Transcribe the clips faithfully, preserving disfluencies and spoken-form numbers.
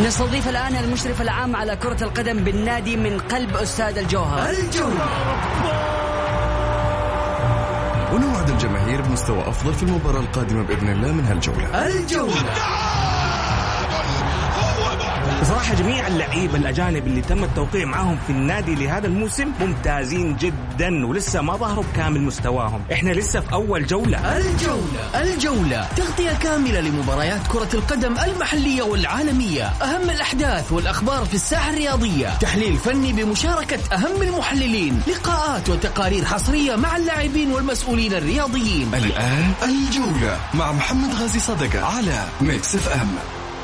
نستضيف الآن المشرف العام على كرة القدم بالنادي من قلب أستاذ الجوهر. الجولة. ونوعد الجماهير بمستوى أفضل في المباراة القادمة بإذن الله من هالجولة. الجولة. بصراحة جميع اللعيبة الأجانب اللي تم التوقيع معهم في النادي لهذا الموسم ممتازين جدا ولسه ما ظهروا بكامل مستواهم. احنا لسه في أول جولة. الجولة. الجولة تغطية كاملة لمباريات كرة القدم المحلية والعالمية، أهم الأحداث والأخبار في الساحة الرياضية، تحليل فني بمشاركة أهم المحللين، لقاءات وتقارير حصرية مع اللاعبين والمسؤولين الرياضيين. الآن الجولة مع محمد غازي صدقة على ميكس اف ام.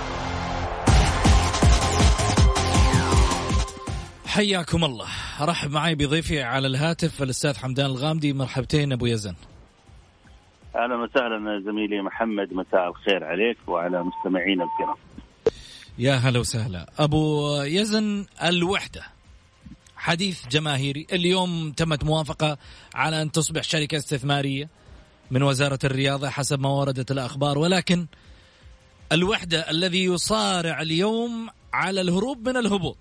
حياكم الله. رحب معي بضيفي على الهاتف الأستاذ حمدان الغامدي. مرحبتين أبو يزن. أهلا وسهلا زميلي محمد، مساء الخير عليك وعلى مستمعين الكرام. يا هلا وسهلا أبو يزن. الوحدة حديث جماهيري، اليوم تمت موافقة على أن تصبح شركة استثمارية من وزارة الرياضة حسب ما وردت الأخبار، ولكن الوحدة الذي يصارع اليوم على الهروب من الهبوط.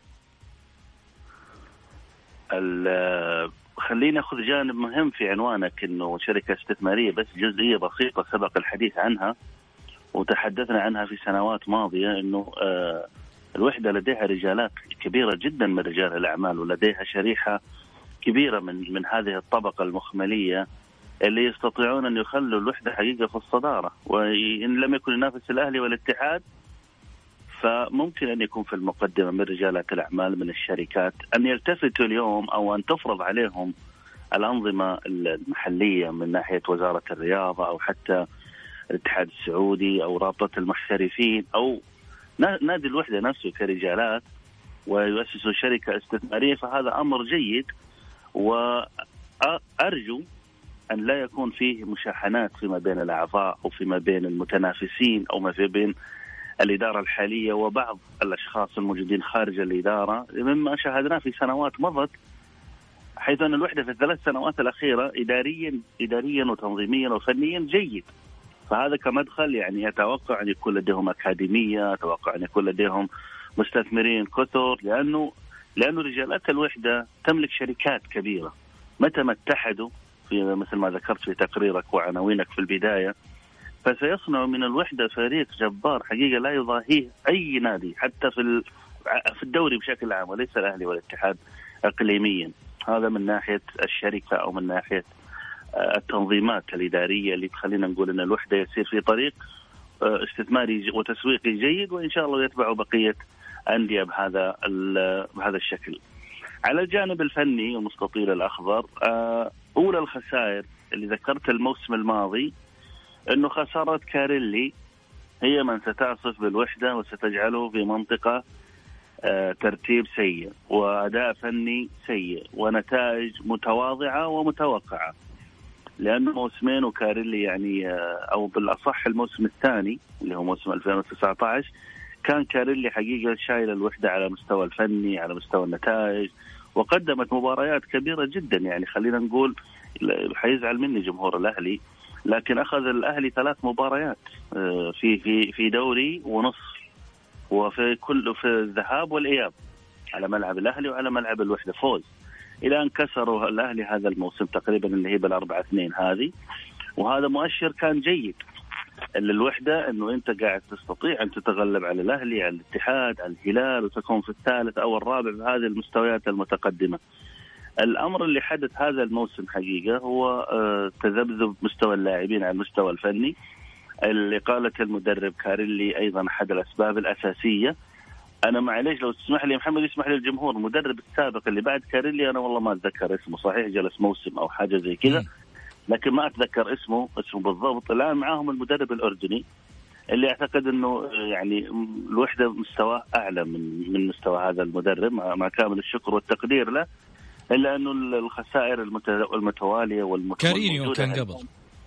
خلينا نأخذ جانب مهم في عنوانك، إنه شركة استثمارية، بس جزئية بسيطة سبق الحديث عنها وتحدثنا عنها في سنوات ماضية، إنه الوحدة لديها رجالات كبيرة جدا من رجال الأعمال، ولديها شريحة كبيرة من من هذه الطبقة المخملية اللي يستطيعون أن يخلوا الوحدة حقيقة في الصدارة، وإن لم يكن ينافس الأهلي والاتحاد فممكن أن يكون في المقدمة من رجالات الأعمال من الشركات، أن يلتفتوا اليوم أو أن تفرض عليهم الأنظمة المحلية من ناحية وزارة الرياضة أو حتى الاتحاد السعودي أو رابطة المحترفين أو نادي الوحدة نفسه كرجالات، ويؤسسوا شركة استثمارية. فهذا أمر جيد، وأرجو أن لا يكون فيه مشاحنات فيما بين الأعضاء أو فيما بين المتنافسين أو ما في بين الإدارة الحالية وبعض الأشخاص الموجودين خارج الإدارة، مما شاهدناه في سنوات مضت، حيث أن الوحدة في الثلاث سنوات الأخيرة إداريا إداريا وتنظيميا وفنيا جيد. فهذا كمدخل يعني أتوقع أن يكون لديهم أكاديمية، أتوقع أن يكون لديهم مستثمرين كثر، لأنه لأنه رجالات الوحدة تملك شركات كبيرة. متى ما اتحدوا في مثل ما ذكرت في تقريرك وعناوينك في البداية، فسيصنع من الوحدة فريق جبار حقيقة لا يضاهيه أي نادي حتى في في الدوري بشكل عام، وليس الأهلي والاتحاد إقليميا. هذا من ناحية الشركة أو من ناحية التنظيمات الإدارية اللي تخلينا نقول أن الوحدة يسير في طريق استثماري وتسويقي جيد، وإن شاء الله يتبع بقية أندية بهذا بهذا الشكل. على الجانب الفني والمستطيل الأخضر، أولى الخسائر اللي ذكرت الموسم الماضي أنه خسارة كاريلي هي من ستعصف بالوحدة وستجعله في منطقة ترتيب سيء وأداء فني سيء ونتائج متواضعة ومتوقعة، لأنه موسمين وكاريلي يعني أو بالأصح الموسم الثاني اللي هو موسم ألفين وتسعة عشر كان كاريلي حقيقة شايل الوحدة على مستوى الفني على مستوى النتائج، وقدمت مباريات كبيرة جدا. يعني خلينا نقول حيزعل مني جمهور الأهلي، لكن أخذ الأهلي ثلاث مباريات في في في دوري ونصف، وفي كل في الذهاب والإياب على ملعب الأهلي وعلى ملعب الوحدة فوز، إلى أن كسروا الأهلي هذا الموسم تقريبا اللي هي بالأربعة اثنين هذه. وهذا مؤشر كان جيد للوحدة، أنه أنت قاعد تستطيع أن تتغلب على الأهلي على الاتحاد على الهلال وتكون في الثالث أو الرابع بهذه المستويات المتقدمة. الأمر اللي حدث هذا الموسم حقيقة هو تذبذب مستوى اللاعبين على المستوى الفني. اللي قالت المدرب كاريلي أيضا أحد الأسباب الأساسية. أنا معليش لو تسمح لي محمد، يسمح لي الجمهور، المدرب السابق اللي بعد كاريلي أنا والله ما أتذكر اسمه، صحيح جلس موسم أو حاجة زي كذا لكن ما أتذكر اسمه اسمه بالضبط. الآن معاهم المدرب الأردني اللي أعتقد أنه يعني الوحدة مستواه أعلى من من مستوى هذا المدرب، مع كامل الشكر والتقدير له، إلا أنه الخسائر المتوالية والمتوالية كارينيو كان قبل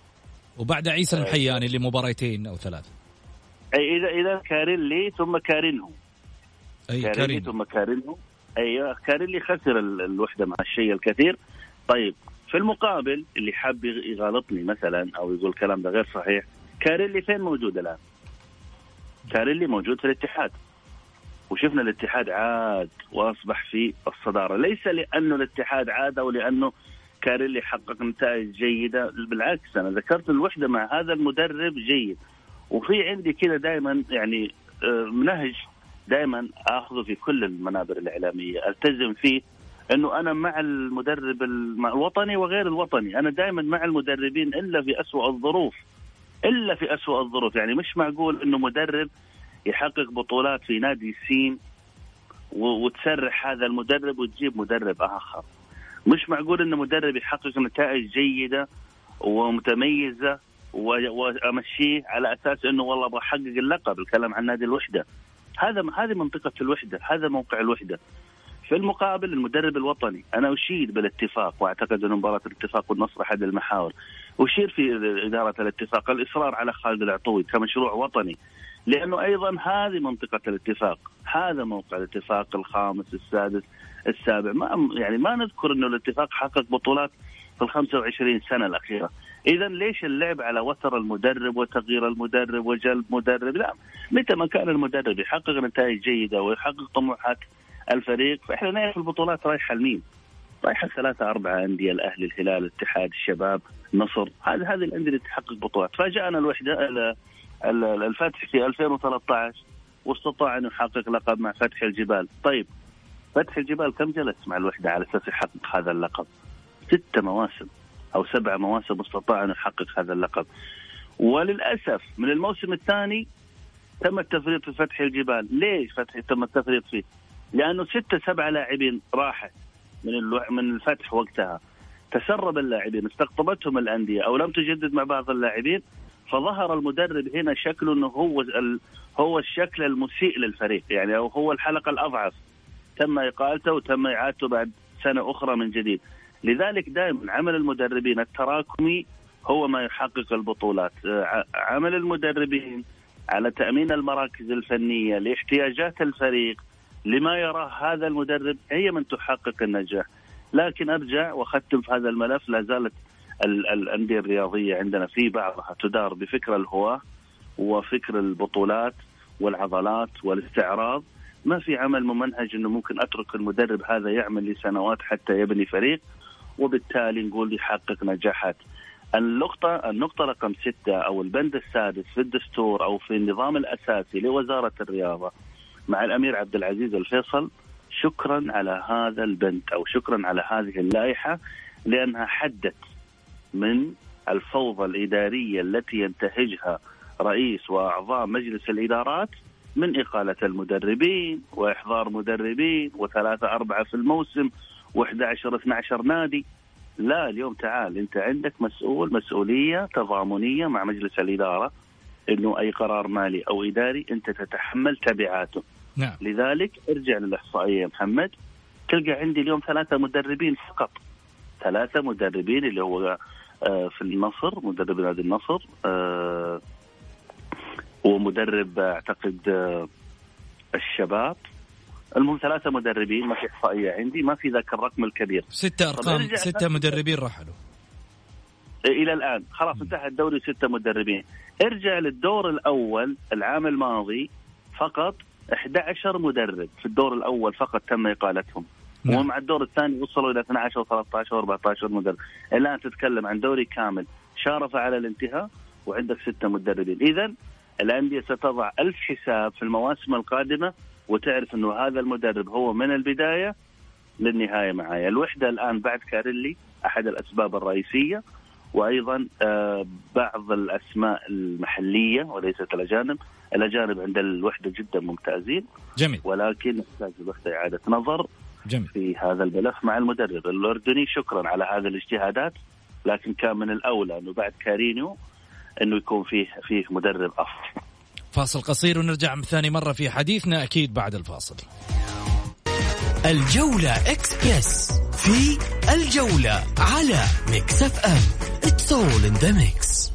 وبعد عيسى المحياني لمباراتين أو ثلاث. أي إذا إذا كاريلي ثم كارينهو، أي كاريلي كارين. ثم كارينهو. أي كاريلي خسر الوحدة مع الشيء الكثير. طيب في المقابل اللي حاب يغالطني مثلا أو يقول كلام ده غير صحيح، كاريلي فين موجود الآن؟ كاريلي موجود في الاتحاد، وشفنا الاتحاد عاد وأصبح في الصدارة، ليس لأنه الاتحاد عاد أو لأنه كاريلي حقق نتائج جيدة، بالعكس أنا ذكرت الوحدة مع هذا المدرب جيد. وفي عندي كده دائما يعني منهج دائما أخذه في كل المنابر الإعلامية ألتزم فيه، أنه أنا مع المدرب الوطني وغير الوطني، أنا دائما مع المدربين إلا في أسوأ الظروف، إلا في أسوأ الظروف. يعني مش معقول أنه مدرب يحقق بطولات في نادي سين وتسرح هذا المدرب وتجيب مدرب آخر. مش معقول أنه مدرب يحقق نتائج جيدة ومتميزة وأمشيه على أساس أنه والله أبغى أحقق اللقب. الكلام عن نادي الوحدة، هذا هذه منطقة الوحدة، هذا موقع الوحدة. في المقابل المدرب الوطني أنا أشيد بالاتفاق، وأعتقد أن مباراة الاتفاق والنصر أحد المحاور. أشير في إدارة الاتفاق الإصرار على خالد العطوي كمشروع وطني، لأنه أيضا هذه منطقة الاتفاق، هذا موقع الاتفاق الخامس السادس السابع. ما يعني ما نذكر أنه الاتفاق حقق بطولات في الخمسة وعشرين سنة الأخيرة. إذا ليش اللعب على وتر المدرب وتغيير المدرب وجلب مدرب؟ لا، متى ما كان المدرب يحقق نتائج جيدة ويحقق طموحات الفريق، فإحنا نعرف البطولات رايحة لمين؟ رايحة ثلاثة أربعة أندية، الأهلي، الهلال، الاتحاد، الشباب، النصر، هذه هذه الأندية اللي تحقق بطولات. فجاءنا الوحدة الفتح في ألفين وثلاثة عشر واستطاع أن يحقق لقب مع فتح الجبال. طيب فتح الجبال كم جلس مع الوحدة على أساس يحقق هذا اللقب؟ ستة مواسم أو سبع مواسم استطاع أن يحقق هذا اللقب. وللأسف من الموسم الثاني تم التفريط في فتح الجبال. ليش فتح تم التفريط فيه؟ لأنه ستة سبعة لاعبين راحت من الو... من الفتح وقتها، تسرب اللاعبين، استقطبتهم الأندية أو لم تجدد مع بعض اللاعبين، فظهر المدرب هنا شكله أنه هو ال... هو الشكل المسيء للفريق، يعني أو هو الحلقة الأضعف. تم إقالته وتم إعادته بعد سنة أخرى من جديد. لذلك دائما عمل المدربين التراكمي هو ما يحقق البطولات. عمل المدربين على تأمين المراكز الفنية لاحتياجات الفريق لما يراه هذا المدرب هي من تحقق النجاح. لكن أرجع وختم في هذا الملف، لا زالت الأندية الرياضية عندنا في بعضها تدار بفكر الهواة وفكر البطولات والعضلات والاستعراض. ما في عمل ممنهج أنه ممكن أترك المدرب هذا يعمل لسنوات حتى يبني فريق وبالتالي نقول يحقق نجاحات. النقطة النقطة رقم ستة أو البند السادس في الدستور أو في النظام الأساسي لوزارة الرياضة مع الأمير عبد العزيز الفيصل، شكرا على هذا البند أو شكرا على هذه اللائحة، لأنها حدت من الفوضى الإدارية التي ينتهجها رئيس وأعضاء مجلس الإدارات من إقالة المدربين وإحضار مدربين وثلاثة أربعة في الموسم وإحدى عشر اثنى عشر نادي. لا، اليوم تعال أنت عندك مسؤول مسؤولية تضامنية مع مجلس الإدارة، إنه أي قرار مالي أو إداري أنت تتحمل تبعاته. نعم. لذلك ارجع للإحصائية يا محمد، تلقى عندي اليوم ثلاثة مدربين فقط، ثلاثة مدربين اللي هو في النصر مدرب نادي النصر، ومدرب أعتقد الشباب. المهم ثلاثة مدربين، ما في إحصائية عندي، ما في ذاك الرقم الكبير. ستة أرقام، ستة مدربين رحلوا إلى الآن، خلاص انتهى الدوري ستة مدربين. ارجع للدور الأول العام الماضي فقط إحدى عشر مدرب في الدور الأول فقط تم إقالتهم. نعم. ومع الدور الثاني وصلوا إلى اثني عشر وثلاثة عشر وأربعة عشر مدرب. الآن تتكلم عن دوري كامل شارف على الانتهاء وعندك ستة مدربين. إذن الأندية ستضع ألف حساب في المواسم القادمة وتعرف أنه هذا المدرب هو من البداية للنهاية معايا. الوحدة الآن بعد كاريلي أحد الأسباب الرئيسية، وأيضا بعض الأسماء المحلية وليست الأجانب. الأجانب عند الوحدة جدا ممتازين. جميل. ولكن نحتاج الوحدة إعادة نظر جميل. في هذا الملف مع المدرب الأردني. شكرا على هذه الاجتهادات، لكن كان من الأولى أنه بعد كارينيو أنه يكون فيه فيه مدرب أفضل. فاصل قصير ونرجع ثاني مرة في حديثنا أكيد بعد الفاصل. الجولة إكسبرس في الجولة على ميكس اف ام. It's all in the mix.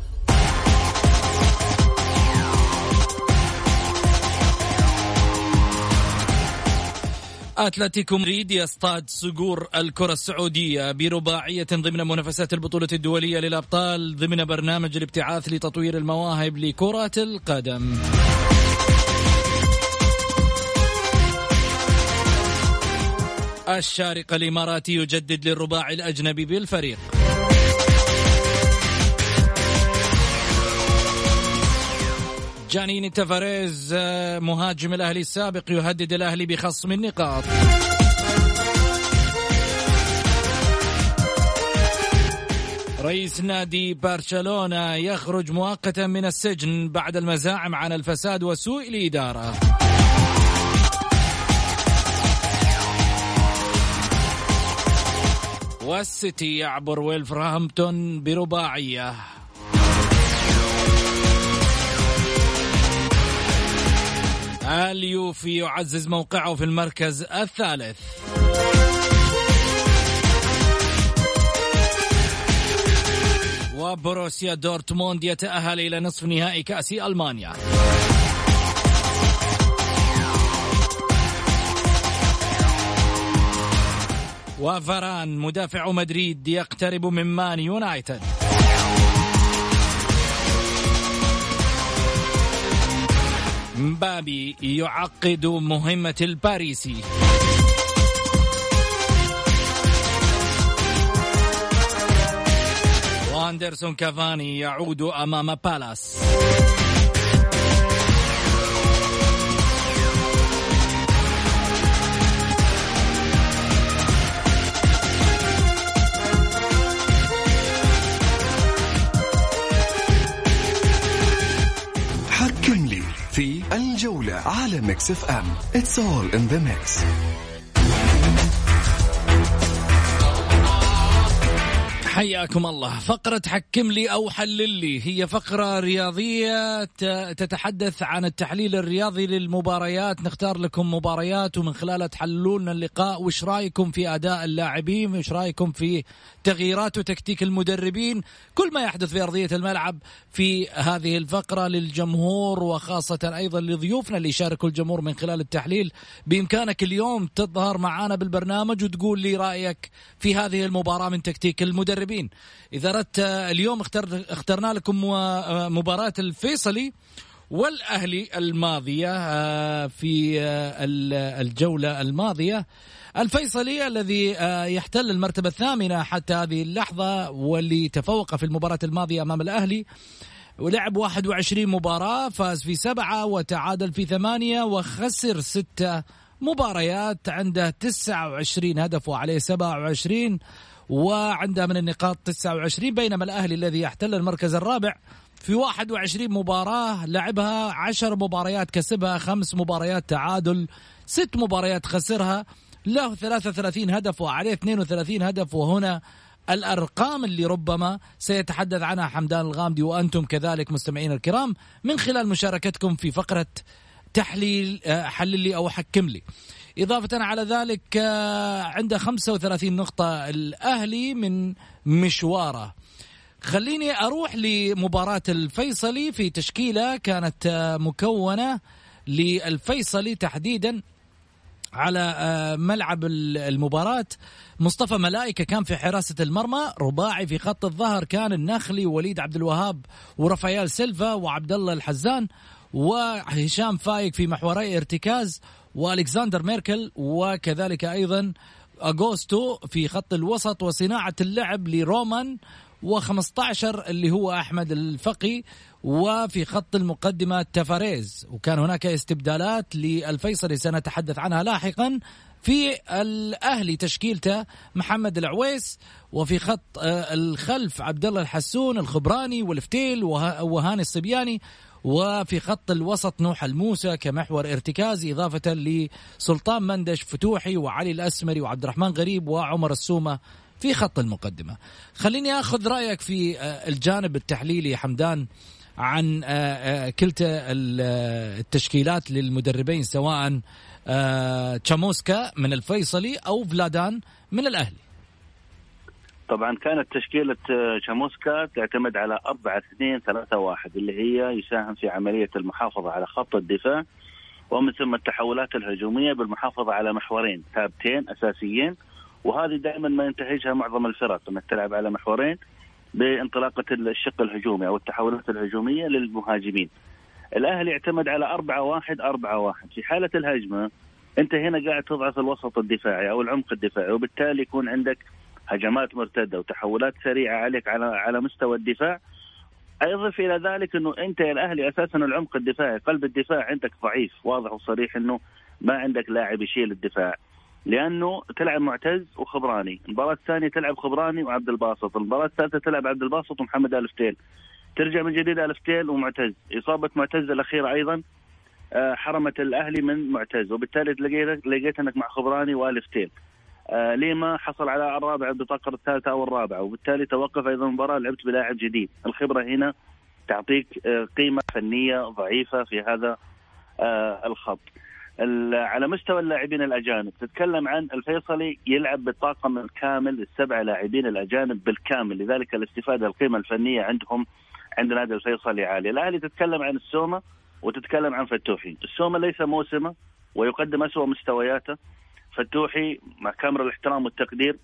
أتلتيكو مدريد يصطاد صقور الكرة السعودية برباعية ضمن منافسات البطولة الدولية للأبطال ضمن برنامج الابتعاث لتطوير المواهب لكرة القدم. الشارقة الإماراتي يجدد للرباعي الأجنبي بالفريق. جانيني تافاريز مهاجم الأهلي السابق يهدد الأهلي بخصم النقاط. رئيس نادي برشلونة يخرج مؤقتا من السجن بعد المزاعم عن الفساد وسوء الإدارة. والسيتي يعبر ويلفرهامبتون برباعية. اليوفي يعزز موقعه في المركز الثالث. وبروسيا دورتموند يتأهل إلى نصف نهائي كأس ألمانيا. وفاران مدافع مدريد يقترب من مان يونايتد. مبابي يعقد مهمة الباريسي. واندرسون كافاني يعود أمام بالاس. حكم لي في الجولة على ميكس اف ام. It's all in the mix. حياكم الله. فقرة حكم لي أو حلل لي هي فقرة رياضية تتحدث عن التحليل الرياضي للمباريات. نختار لكم مباريات ومن خلالها تحللون اللقاء. وش رأيكم في أداء اللاعبين، وش رأيكم في تغييرات وتكتيك المدربين، كل ما يحدث في أرضية الملعب في هذه الفقرة للجمهور، وخاصة أيضا لضيوفنا اللي يشاركوا الجمهور من خلال التحليل. بإمكانك اليوم تظهر معنا بالبرنامج وتقول لي رأيك في هذه المباراة من تكتيك المدربين. إذا أردت اليوم اختر اخترنا لكم مباراة الفيصلي والأهلي الماضية في الجولة الماضية. الفيصلي الذي يحتل المرتبة الثامنة حتى هذه اللحظة، واللي تفوق في المباراة الماضية أمام الأهلي، ولعب واحد وعشرين مباراة، فاز في سبعة وتعادل في ثمانية وخسر ستة مباريات. عنده تسعة وعشرين هدف وعليه سبعة وعشرين، وعنده من النقاط تسعة وعشرين. بينما الأهلي الذي يحتل المركز الرابع في واحد وعشرين مباراة لعبها عشر مباريات كسبها، خمس مباريات تعادل، ست مباريات خسرها، له ثلاثة وثلاثين هدف وعليه اثنين وثلاثين هدف. وهنا الأرقام اللي ربما سيتحدث عنها حمدان الغامدي وأنتم كذلك مستمعين الكرام من خلال مشاركتكم في فقرة تحليل حلل لي أو حكم لي. إضافة على ذلك عنده خمسة وثلاثين نقطة الأهلي من مشواره. خليني أروح لمباراة الفيصلي في تشكيلة كانت مكونة للفيصلي تحديدا على ملعب المباراة. مصطفى ملائكة كان في حراسة المرمى. رباعي في خط الظهر كان النخلي وليد عبد الوهاب ورافائيل سيلفا وعبد الله الحزان، وهشام فايق في محوري ارتكاز، والكسندر ميركل، وكذلك أيضا أغوستو في خط الوسط، وصناعة اللعب لرومان، وخمسة عشر اللي هو أحمد الفقي، وفي خط المقدمة تافاريز. وكان هناك استبدالات للفيصلي سنتحدث عنها لاحقا. في الأهلي تشكيلته محمد العويس، وفي خط الخلف عبد الله الحسون الخبراني والفتيل وهاني الصبياني، وفي خط الوسط نوح الموسى كمحور ارتكاز، إضافة لسلطان مندش فتوحي وعلي الأسمري وعبد الرحمن غريب وعمر السومة في خط المقدمة. خليني أخذ رأيك في الجانب التحليلي حمدان عن كلتا التشكيلات للمدربين، سواء تشاموسكا من الفيصلي أو فلادان من الأهلي. طبعا كانت تشكيلة تشاموسكا تعتمد على أربعة اثنين ثلاثة واحد، اللي هي يساهم في عملية المحافظة على خط الدفاع ومن ثم التحولات الهجومية بالمحافظة على محورين ثابتين أساسيين، وهذه دائما ما ينتهجها معظم الفرق، أنك تلعب على محورين بانطلاقة الشق الهجومي أو التحولات الهجومية للمهاجمين. الأهلي يعتمد على أربعة واحد أربعة واحد. في حالة الهجمة أنت هنا قاعد تضعف الوسط الدفاعي أو العمق الدفاعي، وبالتالي يكون عندك هجمات مرتدة وتحولات سريعة عليك على على مستوى الدفاع. أيضف إلى ذلك أنه أنت يا الأهلي أساسا العمق الدفاعي قلب الدفاع عندك ضعيف، واضح وصريح أنه ما عندك لاعب يشيل الدفاع، لأنه تلعب معتز وخبراني، المباراة الثانية تلعب خبراني وعبد الباسط، المباراة الثالثة تلعب عبد الباسط ومحمد ألفتيل، ترجع من جديد ألفتيل ومعتز. إصابة معتز الأخيرة أيضا حرمت الأهلي من معتز، وبالتالي لقيت لقيت أنك مع خبراني وألفتيل. آه ليما حصل على الرابع بطاقة الثالثة أو الرابعة، وبالتالي توقف أيضا المباراة، لعبت بلاعب جديد. الخبرة هنا تعطيك آه قيمة فنية ضعيفة في هذا آه الخط. على مستوى اللاعبين الأجانب تتكلم عن الفيصلي يلعب بالطاقم الكامل، السبعة لاعبين الأجانب بالكامل، لذلك الاستفادة القيمة الفنية عندهم عند نادي الفيصلي عالية. الأهلي تتكلم عن السومة وتتكلم عن فتوحي. السومة ليس موسمه ويقدم أسوأ مستوياته، فتوحي مع كامل الاحترام والتقدير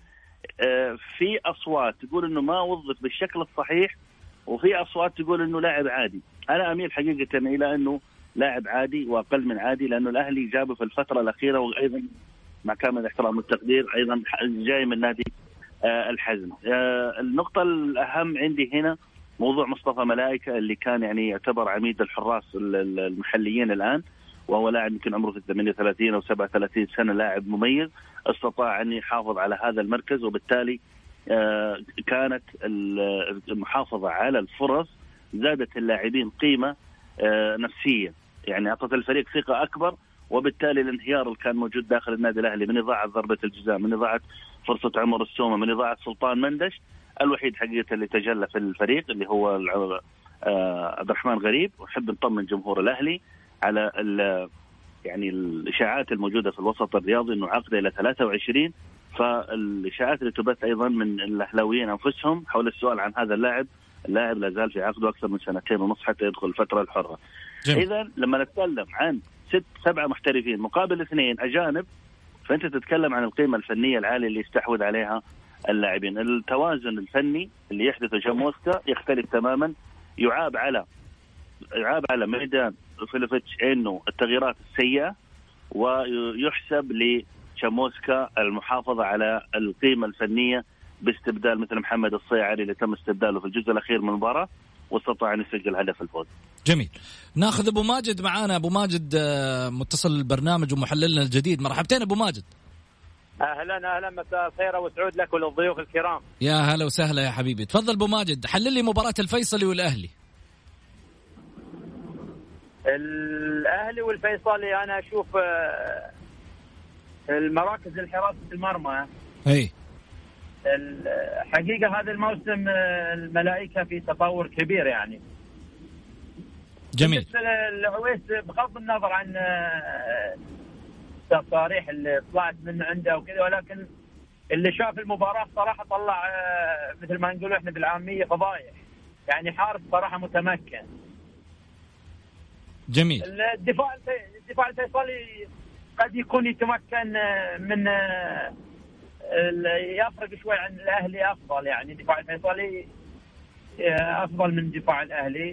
في أصوات تقول أنه ما وظف بالشكل الصحيح، وفي أصوات تقول أنه لاعب عادي. أنا أميل حقيقة إلى أنه لاعب عادي وأقل من عادي، لأنه الأهلي جابه في الفترة الأخيرة، وأيضا مع كامل الاحترام والتقدير أيضا جاي من نادي الحزم. النقطة الأهم عندي هنا موضوع مصطفى ملائكة اللي كان يعني يعتبر عميد الحراس المحليين الآن، وهو لاعب يمكن عمره في ثمانية وثلاثين أو سبعة وثلاثين سنة، لاعب مميز استطاع أن يحافظ على هذا المركز، وبالتالي كانت المحافظة على الفرص زادت اللاعبين قيمة نفسية، يعني أعطت الفريق ثقة أكبر، وبالتالي الانهيار اللي كان موجود داخل النادي الأهلي من إضاعة ضربة الجزاء، من إضاعة فرصة عمر السومة، من إضاعة سلطان مندش، الوحيد حقيقة اللي تجلى في الفريق اللي هو عبد الرحمن غريب. وحب نطمن جمهور الأهلي على يعني الإشاعات الموجودة في الوسط الرياضي أنه عقده إلى ثلاثة وعشرين، فالإشاعات اللي تبث أيضا من الأهلاويين أنفسهم حول السؤال عن هذا اللاعب، اللاعب لا زال في عقده أكثر من سنتين ونصف حتى يدخل الفترة الحرة. إذا لما نتكلم عن ست سبعة محترفين مقابل اثنين أجانب، فأنت تتكلم عن القيمة الفنية العالية اللي يستحوذ عليها اللاعبين. التوازن الفني اللي يحدثه جاموسكا يختلف تماما، يعاب على يعاب على ميدان فيليفيتش انه التغييرات السيئة، ويحسب لشاموسكا المحافظة على القيمة الفنية باستبدال مثل محمد الصيعري اللي تم استبداله في الجزء الأخير من المباراة واستطاع أن يسجل هدف الفوز. جميل. ناخذ أبو ماجد معانا. أبو ماجد متصل البرنامج ومحللنا الجديد، مرحبتين أبو ماجد. أهلا أهلا، مساء الخير وسعود لك وللضيوف الكرام. يا هلا وسهلا يا حبيبي، تفضل أبو ماجد، حلل لي مباراة الفيصلي والأهلي. الأهلي والفيصلي أنا أشوف المراكز الحراسة المرمى أي الحقيقة هذا الموسم الملائكة في تطور كبير يعني. جميل. العويس بغض النظر عن التصاريح اللي طلعت من عنده وكذا، ولكن اللي شاف المباراة صراحة طلع مثل ما نقول احنا بالعامية فضايح، يعني حارس صراحة متمكن. جميل. الدفاع الدفاع الفيصلي قد يكون يتمكن من يفرق شوي عن الأهلي، أفضل يعني دفاع الفيصلي أفضل من دفاع الأهلي.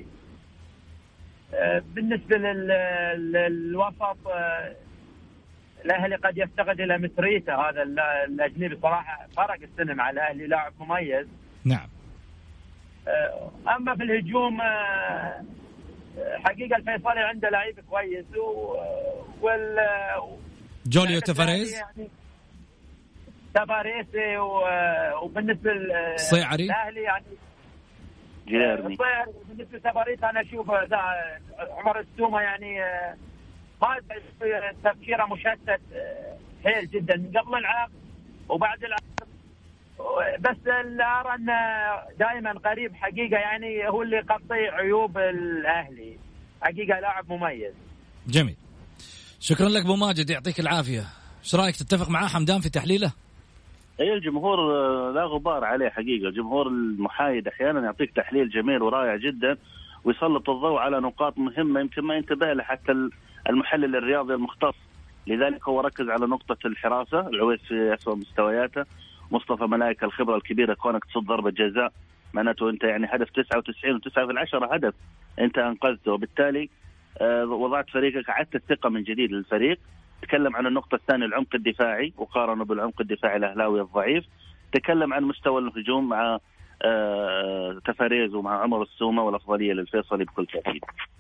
بالنسبة للوسط الأهلي قد يفتقد إلى متريتا، هذا الأجنبي صراحة فرق السنة مع الأهلي، لاعب مميز. نعم. أما في الهجوم حقيقة الفيصلي عنده لعيب كويس وال جوليو تافاريز يعني تافاريز وبالنسبة للصيعري الأهلي يعني جيرمي. بالنسبة لتافاريز أنا أشوف عمر السومة يعني ما تفكيره مشتت حيل جدا من قبل العقد وبعد العقد، بس أرى أن دائما قريب حقيقة يعني هو اللي يغطي عيوب الأهلي، حقيقة لاعب مميز. جميل، شكرا لك أبو ماجد، يعطيك العافية. ايش رايك، تتفق معاه حمدان في تحليله؟ اي الجمهور لا غبار عليه حقيقة، الجمهور المحايد أحيانا يعطيك تحليل جميل ورائع جدا ويسلط الضوء على نقاط مهمة يمكن ما ينتبه لها حتى المحلل الرياضي المختص، لذلك هو ركز على نقطة الحراسة، العويس في أسوأ مستوياته، مصطفى ملائكة الخبرة الكبيرة، كونك تصد ضربة جزاء معناته أنت يعني هدف تسعة وتسعين وتسعة في العشرة هدف أنت أنقذته، وبالتالي وضعت فريقك، عدت الثقة من جديد للفريق. تكلم عن النقطة الثانية العمق الدفاعي وقارنه بالعمق الدفاعي الأهلاوي الضعيف. تكلم عن مستوى الهجوم مع آه تفاريز ومع عمر السومة والأفضلية للفيصلي بكل تأكيد.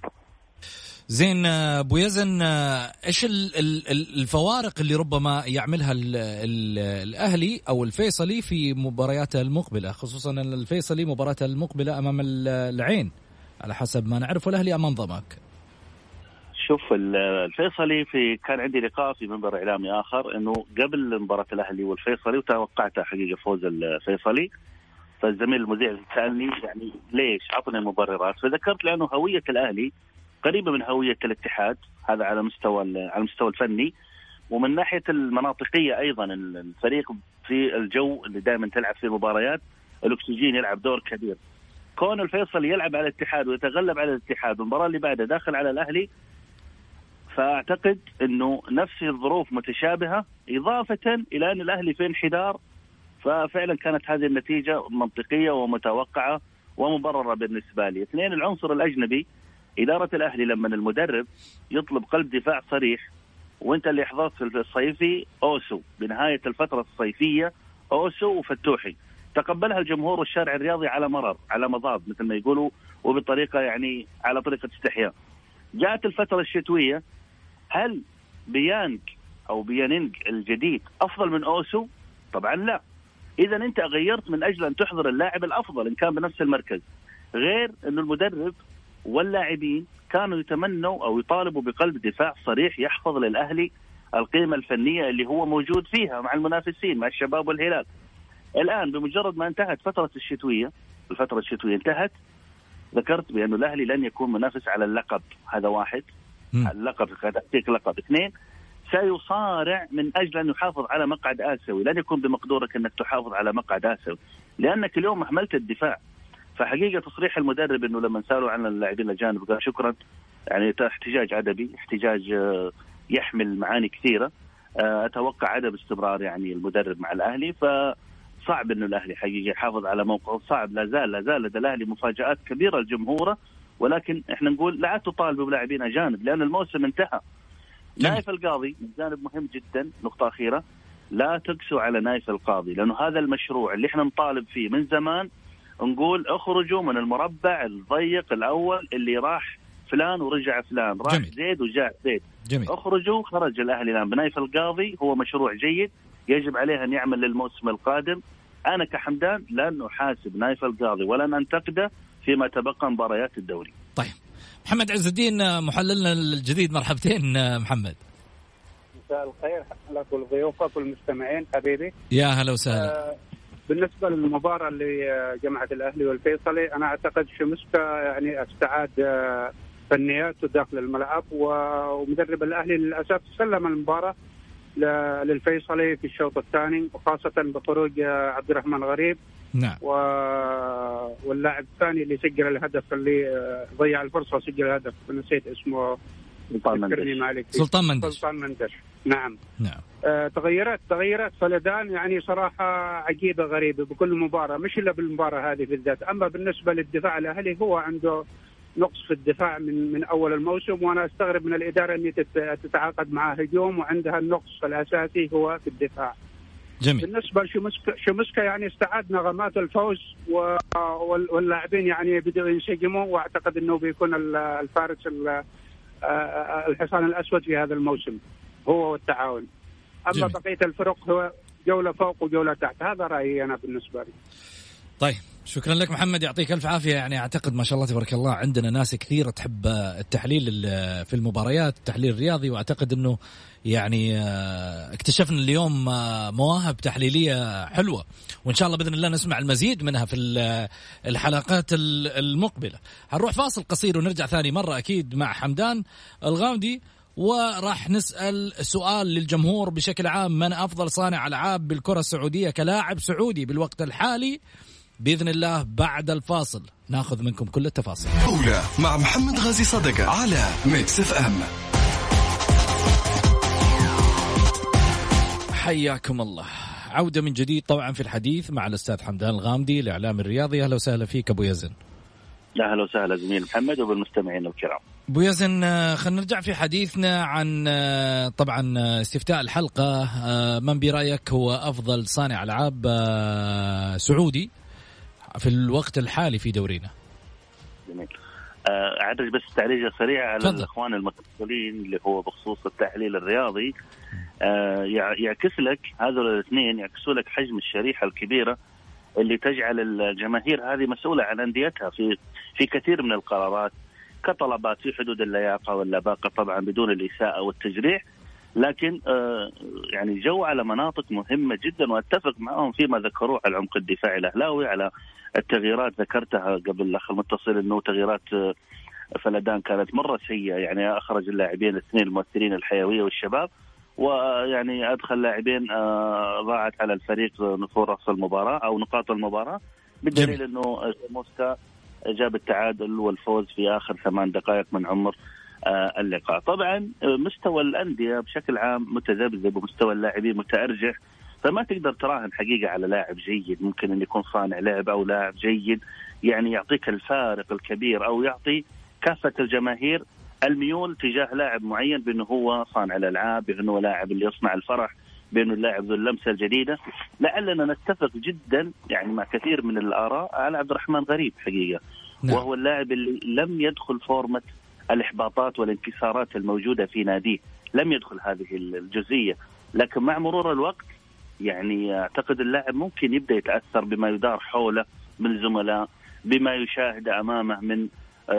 زين أبو يزن، إيش الفوارق اللي ربما يعملها ال ال الأهلي أو الفيصلي في مبارياته المقبلة، خصوصا الفيصلي مباراته المقبلة أمام العين على حسب ما نعرف، والأهلي أمام ضمك؟ شوف الفيصلي في كان عندي لقاء في منبر إعلامي آخر إنه قبل مباراة الأهلي والفيصلي وتوقعت حقيقة فوز الفيصلي، فالزميل المذيع سألني يعني ليش، عطني المبررات، فذكرت لأنه هوية الأهلي قريبة من هوية الاتحاد، هذا على مستوى على المستوى الفني، ومن ناحية المناطقية أيضا الفريق في الجو اللي دائما تلعب في المباريات الأكسجين يلعب دور كبير. كون الفيصل يلعب على الاتحاد ويتغلب على الاتحاد والمباراة اللي بعدها داخل على الأهلي، فأعتقد أنه نفس الظروف متشابهة، إضافة إلى أن الأهلي في انحدار، ففعلا كانت هذه النتيجة منطقية ومتوقعة ومبررة بالنسبة لي. اثنين، العنصر الأجنبي. إدارة الأهلي لما المدرب يطلب قلب دفاع صريح، وانت اللي حضرت في الصيفي أوسو بنهاية الفترة الصيفية، أوسو وفتوحي تقبلها الجمهور والشارع الرياضي على مرر على مضاض مثل ما يقولوا، وبطريقة يعني على طريقة استحياء. جاءت الفترة الشتوية، هل بيانج أو بيانينج الجديد أفضل من أوسو؟ طبعا لا. إذا أنت غيرت من أجل أن تحضر اللاعب الأفضل إن كان بنفس المركز، غير أنه المدرب واللاعبين كانوا يتمنوا أو يطالبوا بقلب دفاع صريح يحفظ للأهلي القيمة الفنية اللي هو موجود فيها مع المنافسين مع الشباب والهلال. الآن بمجرد ما انتهت فترة الشتوية، الفترة الشتوية انتهت، ذكرت بأنه الأهلي لن يكون منافس على اللقب، هذا واحد، م. اللقب تأتيك لقب. اثنين، سيصارع من أجل أن يحافظ على مقعد آسيوي، لن يكون بمقدورك أنك تحافظ على مقعد آسيوي لأنك اليوم أهملت الدفاع. فحقيقة تصريح المدرب أنه لما سألوا عن اللاعبين الأجانب قال شكرا، يعني احتجاج أدبي، احتجاج يحمل معاني كثيرة. أتوقع عدم استمرار يعني المدرب مع الأهلي، فصعب أنه الأهلي حقيقة يحافظ على موقعه، صعب، لا زال لا زال لدى الأهلي مفاجآت كبيرة لجمهوره، ولكن احنا نقول لا تطالبوا بلاعبين أجانب لأن الموسم انتهى. نايف القاضي جانب مهم جدا. نقطة أخيرة، لا تقسوا على نايف القاضي، لأنه هذا المشروع اللي احنا نطالب فيه من زمان، نقول اخرجوا من المربع الضيق الأول اللي راح فلان ورجع فلان، راح جميل. زيد وجاء زيد، جميل. اخرجوا. خرج الأهلي الآن بنايف القاضي، هو مشروع جيد يجب عليه أن يعمل للموسم القادم. أنا كحمدان لن أحاسب نايف القاضي ولن أنتقده فيما تبقى مباريات الدوري. طيب محمد عز الدين محللنا الجديد، مرحبتين محمد. مساء الخير لك ولضيوفك والمستمعين حبيبي. يا هلا وسهلا. آه بالنسبة للمباراة اللي جمعت الأهلي والفيصلي، أنا أعتقد شمسكا يعني استعاد آه فنياته داخل الملعب، ومدرب الأهلي للأسف سلم المباراة للفيصلي في الشوط الثاني، وخاصة بخروج آه عبد الرحمن غريب. نعم. و... واللاعب الثاني اللي سجل الهدف، اللي آه ضيع الفرصة وسجل الهدف، نسيت اسمه، سلطان مندش. سلطان مندش. سلطان مندش. نعم. نعم. آه تغيرات تغيرات فلدان يعني صراحة عجيبة غريبة بكل مباراة، مش إلا بالمباراة هذه بالذات. أما بالنسبة للدفاع الأهلي، هو عنده نقص في الدفاع من من أول الموسم، وأنا أستغرب من الإدارة أن تتعاقد مع هجوم وعندها النقص الأساسي هو في الدفاع. جميل. بالنسبة لشمسكا، شمسكا يعني استعاد نغمات الفوز، واللاعبين يعني بدأوا ينسجموا، وأعتقد أنه بيكون الفارس الحصان الأسود في هذا الموسم هو والتعاون. أما جميل. بقية الفرق هو جولة فوق وجولة تحت، هذا رأيي أنا بالنسبة لي. طيب شكرا لك محمد، يعطيك ألف عافية. يعني أعتقد ما شاء الله تبارك الله عندنا ناس كثيرة تحب التحليل في المباريات، التحليل الرياضي، وأعتقد أنه يعني اكتشفنا اليوم مواهب تحليلية حلوة، وإن شاء الله بإذن الله نسمع المزيد منها في الحلقات المقبلة. هنروح فاصل قصير ونرجع ثاني مرة أكيد مع حمدان الغامدي، وراح نسأل سؤال للجمهور بشكل عام: من أفضل صانع ألعاب بالكرة السعودية كلاعب سعودي بالوقت الحالي؟ بإذن الله بعد الفاصل ناخذ منكم كل التفاصيل. أولى مع محمد غازي صدقة على ميكس اف ام. حياكم الله، عودة من جديد طبعا في الحديث مع الأستاذ حمدان الغامدي الإعلام الرياضي. أهلا وسهلا فيك أبو يزن. أهلا وسهلا زميل محمد وبالمستمعين الكرام. ابو يزن خلينا نرجع في حديثنا عن طبعا استفتاء الحلقه، من برايك هو افضل صانع العاب سعودي في الوقت الحالي في دورينا؟ جميل. أعرج بس تعريجة سريعة على فضل. الأخوان المتصلين اللي هو بخصوص التحليل الرياضي. يعكس لك هذول الاثنين، يعكسوا لك حجم الشريحة الكبيرة اللي تجعل الجماهير هذه مسؤولة عن أنديتها في في كثير من القرارات كطلبات في حدود اللياقة واللباقة، طبعا بدون الإساءة والتجريح، لكن يعني جو على مناطق مهمة جدا، واتفق معهم فيما ذكروه على العمق الدفاعي الأهلاوي، على التغييرات ذكرتها قبل الأخ المتصل أنه تغييرات فلدان كانت مرة سيئة، يعني أخرج اللاعبين الاثنين المؤثرين الحيوية والشباب، ويعني أدخل لاعبين ضاعت على الفريق فرص المباراة أو نقاط المباراة، بالدليل أنه موسكا جاب التعادل والفوز في آخر ثمان دقائق من عمر اللقاء. طبعا مستوى الأندية بشكل عام متذبذب ومستوى اللاعبين متأرجح، فما تقدر تراهن حقيقة على لاعب جيد ممكن أن يكون صانع لعب أو لاعب جيد يعني يعطيك الفارق الكبير أو يعطي كافة الجماهير الميول تجاه لاعب معين بأنه هو صانع الألعاب، بأنه هو لاعب اللي يصنع الفرح، بأنه اللاعب ذو اللمسة الجديدة. لعلنا نتفق جدا يعني مع كثير من الآراء على عبد الرحمن غريب حقيقة، نعم. وهو اللاعب اللي لم يدخل فورمة الإحباطات والانكسارات الموجودة في ناديه، لم يدخل هذه الجزئية، لكن مع مرور الوقت يعني أعتقد اللاعب ممكن يبدأ يتأثر بما يدار حوله من زملاء، بما يشاهد أمامه من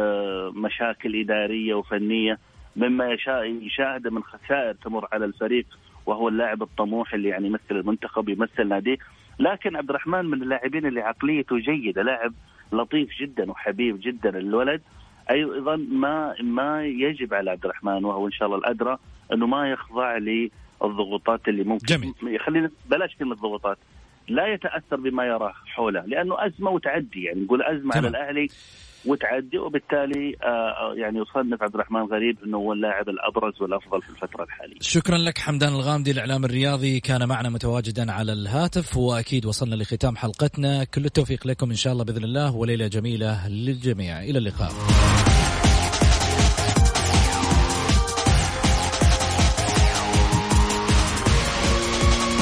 مشاكل إدارية وفنية، مما يشاهد من خسائر تمر على الفريق، وهو اللاعب الطموح اللي يعني يمثل المنتخب يمثل ناديه. لكن عبد الرحمن من اللاعبين اللي عقليته جيدة، لاعب لطيف جدا وحبيب جدا الولد. أيضا ما ما يجب على عبد الرحمن، وهو إن شاء الله الأدرى، أنه ما يخضع للضغوطات اللي ممكن جميل. يخلينا بلاش كلمة ضغوطات، لا يتأثر بما يراه حوله، لأنه أزمة وتعدي، يعني نقول أزمة على الأهلي وتعدي، وبالتالي آه يعني يصنف عبد الرحمن غريب أنه هو اللاعب الأبرز والأفضل في الفترة الحالية. شكرا لك حمدان الغامدي الإعلام الرياضي، كان معنا متواجدا على الهاتف، وأكيد وصلنا لختام حلقتنا. كل التوفيق لكم إن شاء الله بإذن الله، وليلة جميلة للجميع. إلى اللقاء.